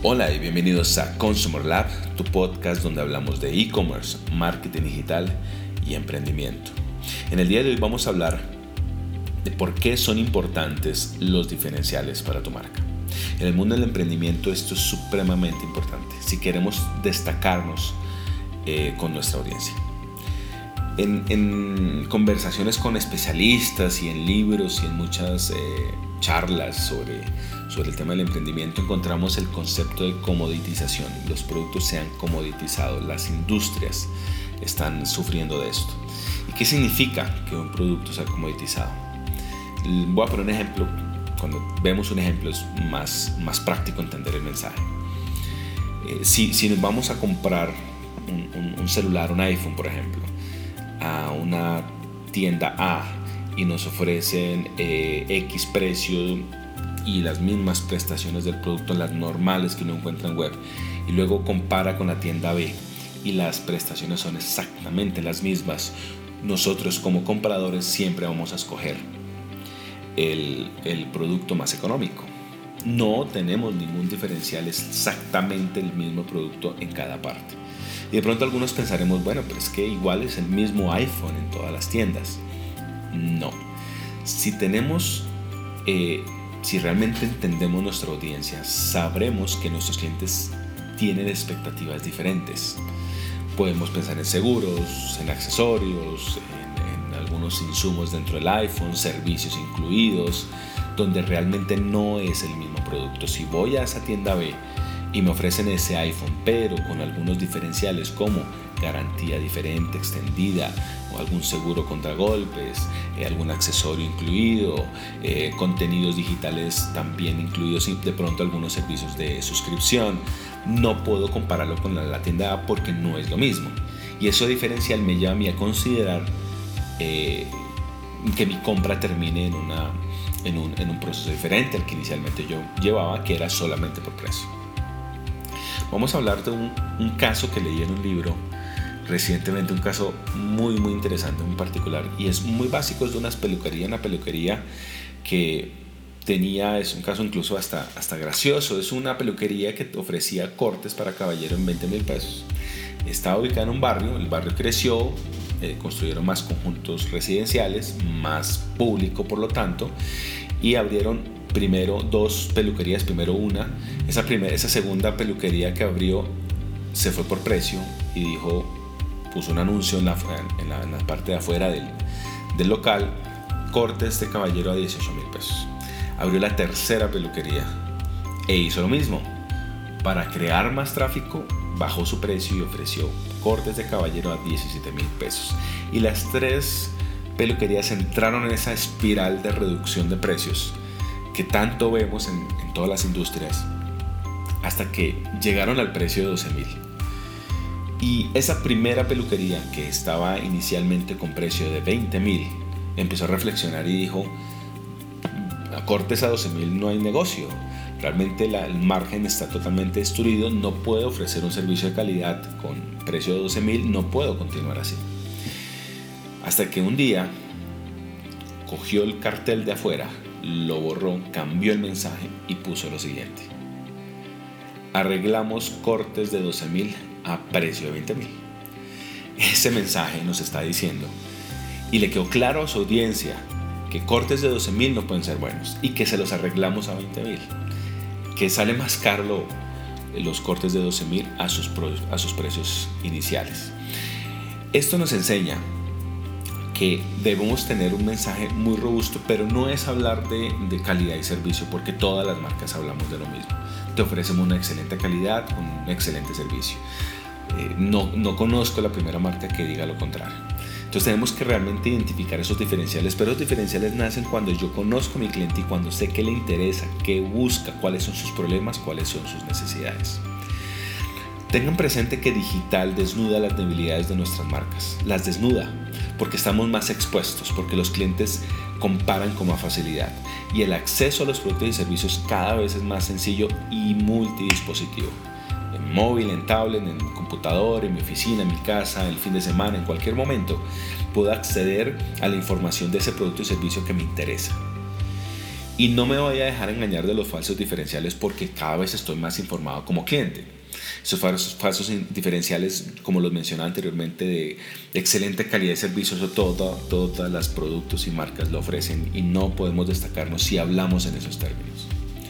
Hola y bienvenidos a Consumer Lab, tu podcast donde hablamos de e-commerce, marketing digital y emprendimiento. En el día de hoy vamos a hablar de por qué son importantes los diferenciales para tu marca. En el mundo del emprendimiento esto es supremamente importante si queremos destacarnos con nuestra audiencia. En conversaciones con especialistas y en libros y en muchas charlas sobre el tema del emprendimiento encontramos el concepto de comoditización. Los productos se han comoditizado, las industrias están sufriendo de esto. ¿Y qué significa que un producto sea comoditizado? Voy a poner un ejemplo. Cuando vemos un ejemplo es más práctico entender el mensaje. Si nos vamos a comprar un celular, un iPhone por ejemplo, a una tienda A y nos ofrecen X precio y las mismas prestaciones del producto, las normales que uno encuentra en web, y luego compara con la tienda B y las prestaciones son exactamente las mismas, nosotros como compradores siempre vamos a escoger el producto más económico. No tenemos ningún diferencial, es exactamente el mismo producto en cada parte. Y de pronto algunos pensaremos, bueno, pero es que igual es el mismo iPhone en todas las tiendas. No. Si realmente entendemos nuestra audiencia, sabremos que nuestros clientes tienen expectativas diferentes. Podemos pensar en seguros, en accesorios, en algunos insumos dentro del iPhone, servicios incluidos, donde realmente no es el mismo producto. Si voy a esa tienda B y me ofrecen ese iPhone, pero con algunos diferenciales como garantía diferente, extendida, o algún seguro contra golpes, algún accesorio incluido, contenidos digitales también incluidos y de pronto algunos servicios de suscripción, no puedo compararlo con la tienda A porque no es lo mismo. Y eso diferencial me lleva a mí a considerar que mi compra termine en un proceso diferente al que inicialmente yo llevaba, que era solamente por precio. Vamos a hablar de un caso que leí en un libro recientemente, un caso muy interesante, muy particular, y es muy básico. Es de una peluquería que tenía, es un caso incluso hasta gracioso. Es una peluquería que ofrecía cortes para caballero en 20,000 pesos. Estaba ubicada en un barrio, el barrio creció, construyeron más conjuntos residenciales, más público por lo tanto, y abrieron primero dos peluquerías, primero una. Esa segunda peluquería que abrió se fue por precio y puso un anuncio en la parte de afuera del local: cortes de caballero a 18,000 pesos. Abrió la tercera peluquería e hizo lo mismo. Para crear más tráfico, bajó su precio y ofreció cortes de caballero a 17,000 pesos. Y las tres peluquerías entraron en esa espiral de reducción de precios que tanto vemos en todas las industrias, hasta que llegaron al precio de 12,000. Y esa primera peluquería, que estaba inicialmente con precio de 20,000, empezó a reflexionar y dijo: a cortes a 12,000 no hay negocio, realmente el margen está totalmente destruido, no puedo ofrecer un servicio de calidad con precio de 12,000, no puedo continuar así. Hasta que un día cogió el cartel de afuera, lo borró, cambió el mensaje y puso lo siguiente: arreglamos cortes de 12,000 a precio de 20,000. Ese mensaje nos está diciendo, y le quedó claro a su audiencia, que cortes de 12,000 no pueden ser buenos y que se los arreglamos a 20,000, que sale más caro los cortes de 12,000 a sus precios iniciales. Esto nos enseña que debemos tener un mensaje muy robusto, pero no es hablar de calidad y servicio, porque todas las marcas hablamos de lo mismo. Te ofrecemos una excelente calidad, un excelente servicio. No conozco la primera marca que diga lo contrario. Entonces tenemos que realmente identificar esos diferenciales, pero los diferenciales nacen cuando yo conozco a mi cliente y cuando sé qué le interesa, qué busca, cuáles son sus problemas, cuáles son sus necesidades. Tengan presente que digital desnuda las debilidades de nuestras marcas, las desnuda, porque estamos más expuestos, porque los clientes comparan con más facilidad y el acceso a los productos y servicios cada vez es más sencillo y multidispositivo. En móvil, en tablet, en computador, en mi oficina, en mi casa, el fin de semana, en cualquier momento puedo acceder a la información de ese producto y servicio que me interesa. Y no me voy a dejar engañar de los falsos diferenciales porque cada vez estoy más informado como cliente. Esos falsos diferenciales, como los mencionaba anteriormente, de excelente calidad de servicio, eso todas las productos y marcas lo ofrecen y no podemos destacarnos si hablamos en esos términos.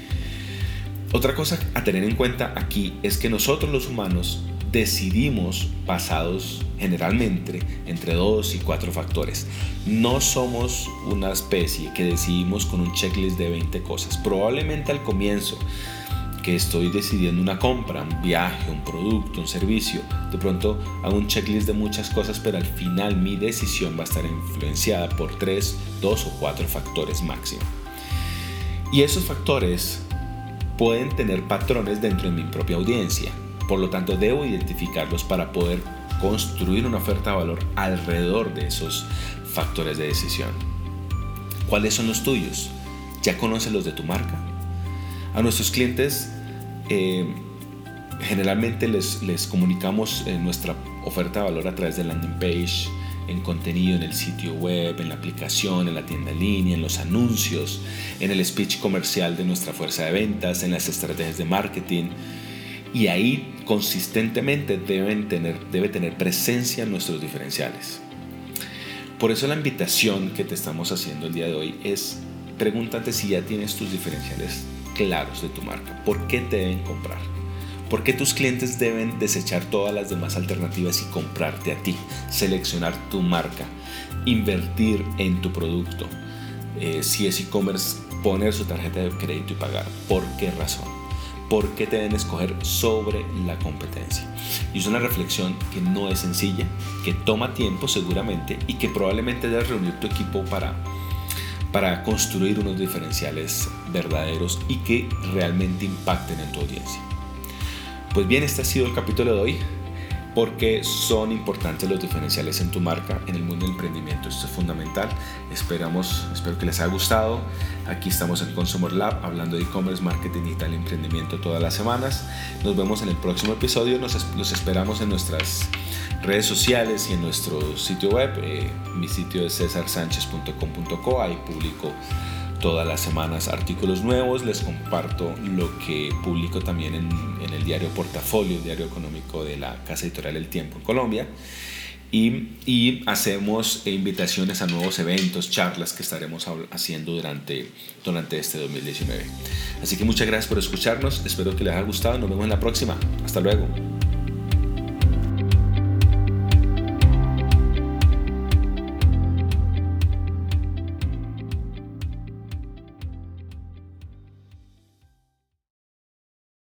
Otra cosa a tener en cuenta aquí es que nosotros los humanos decidimos basados generalmente entre 2 y 4 factores. No somos una especie que decidimos con un checklist de 20 cosas. Probablemente al comienzo, que estoy decidiendo una compra, un viaje, un producto, un servicio, de pronto hago un checklist de muchas cosas, pero al final mi decisión va a estar influenciada por 3, 2 o 4 factores máximo. Y esos factores pueden tener patrones dentro de mi propia audiencia. Por lo tanto, debo identificarlos para poder construir una oferta de valor alrededor de esos factores de decisión. ¿Cuáles son los tuyos? ¿Ya conoces los de tu marca? A nuestros clientes generalmente les comunicamos nuestra oferta de valor a través de landing page, en contenido en el sitio web, en la aplicación, en la tienda en línea, en los anuncios, en el speech comercial de nuestra fuerza de ventas, en las estrategias de marketing. Y ahí consistentemente debe tener presencia nuestros diferenciales. Por eso la invitación que te estamos haciendo el día de hoy es: pregúntate si ya tienes tus diferenciales claros de tu marca. ¿Por qué te deben comprar? ¿Por qué tus clientes deben desechar todas las demás alternativas y comprarte a ti? Seleccionar tu marca, invertir en tu producto. Si es e-commerce, poner su tarjeta de crédito y pagar. ¿Por qué razón? ¿Por qué te deben escoger sobre la competencia? Y es una reflexión que no es sencilla, que toma tiempo seguramente y que probablemente debes reunir tu equipo para construir unos diferenciales verdaderos y que realmente impacten en tu audiencia. Pues bien, este ha sido el capítulo de hoy. Porque son importantes los diferenciales en tu marca en el mundo del emprendimiento. Esto es fundamental. Espero que les haya gustado. Aquí estamos en Consumer Lab hablando de e-commerce, marketing digital y emprendimiento todas las semanas. Nos vemos en el próximo episodio. Los esperamos en nuestras redes sociales y en nuestro sitio web. Mi sitio es cesarsanchez.com.co. Ahí publico todas las semanas artículos nuevos, les comparto lo que publico también en el diario Portafolio, el diario económico de la casa editorial El Tiempo en Colombia, y hacemos invitaciones a nuevos eventos, charlas que estaremos haciendo durante este 2019. Así que muchas gracias por escucharnos, espero que les haya gustado, nos vemos en la próxima, hasta luego.